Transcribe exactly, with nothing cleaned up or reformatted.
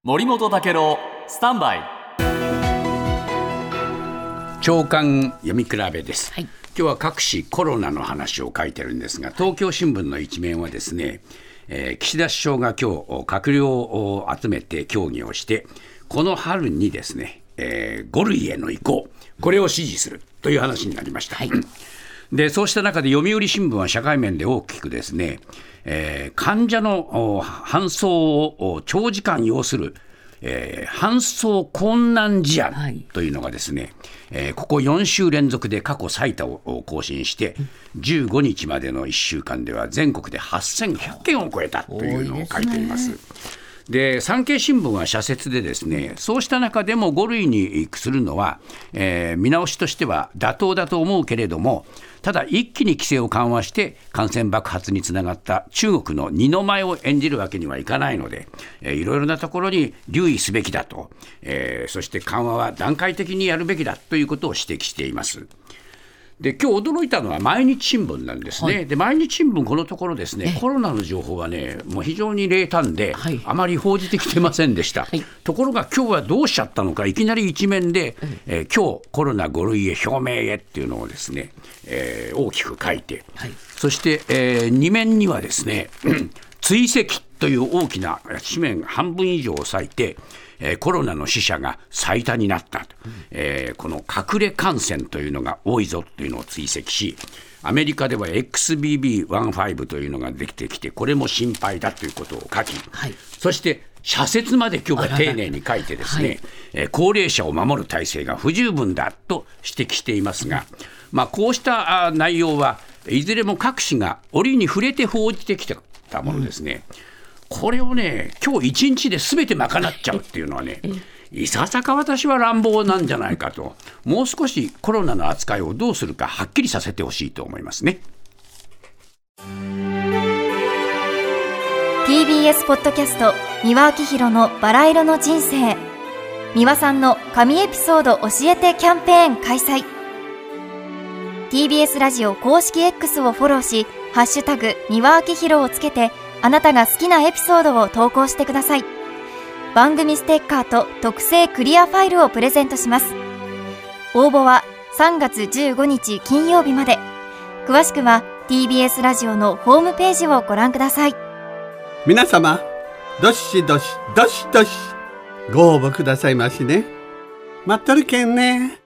森本武郎スタンバイ朝刊読み比べです、 はい、 今日は各紙コロナの話を書いてるんですが、東京新聞の一面はですね、えー、岸田首相が今日閣僚を集めて協議をして、この春にですね、えー、ご類への移行、これを指示するという話になりました、はい、でそうした中で読売新聞は社会面で大きくですね、えー、患者の搬送を長時間要する、えー、搬送困難事案というのがですね、はい、えー、ここよん週連続で過去最多を更新してじゅうごにちまでのいっしゅうかんでは全国ではっせんひゃっけんを超えたというのを書いています。で産経新聞は社説でですね、そうした中でもご類にするのは、えー、見直しとしては妥当だと思うけれども、ただ一気に規制を緩和して感染爆発につながった中国の二の舞を演じるわけにはいかないので、えー、いろいろなところに留意すべきだと、えー、そして緩和は段階的にやるべきだということを指摘しています。で今日驚いたのは毎日新聞なんですね、はい、で毎日新聞このところですね、コロナの情報はねもう非常に冷淡で、はい、あまり報じてきてませんでした、はい、ところが今日はどうしちゃったのか、いきなり一面で、うんえー、今日コロナご類へ表明へっていうのをですね、えー、大きく書いて、はい、そして、えー、に面にはですね追跡という大きな紙面半分以上を割いて、えー、コロナの死者が最多になったと、うんえー、この隠れ感染というのが多いぞというのを追跡し、アメリカでは エックスビービーじゅうご というのができてきて、これも心配だということを書き、はい、そして社説まで今日は丁寧に書いてですね、はいえー、高齢者を守る体制が不十分だと指摘していますが、まあ、こうした内容はいずれも各紙が折に触れて報じてきたものですね、うんこれをね今日一日で全て賄っちゃうっていうのはねいささか私は乱暴なんじゃないかと、もう少しコロナの扱いをどうするかはっきりさせてほしいと思いますね。 ティービーエス ポッドキャスト三輪明宏のバラ色の人生、三輪さんの神エピソード教えてキャンペーン開催。 ティービーエス ラジオ公式 X をフォローしハッシュタグ三輪明宏をつけてあなたが好きなエピソードを投稿してください。番組ステッカーと特製クリアファイルをプレゼントします。応募はさんがつじゅうごにち金曜日まで。詳しくは ティービーエス ラジオのホームページをご覧ください。 皆様どしどしどしどしご応募くださいましね。待っとるけんね。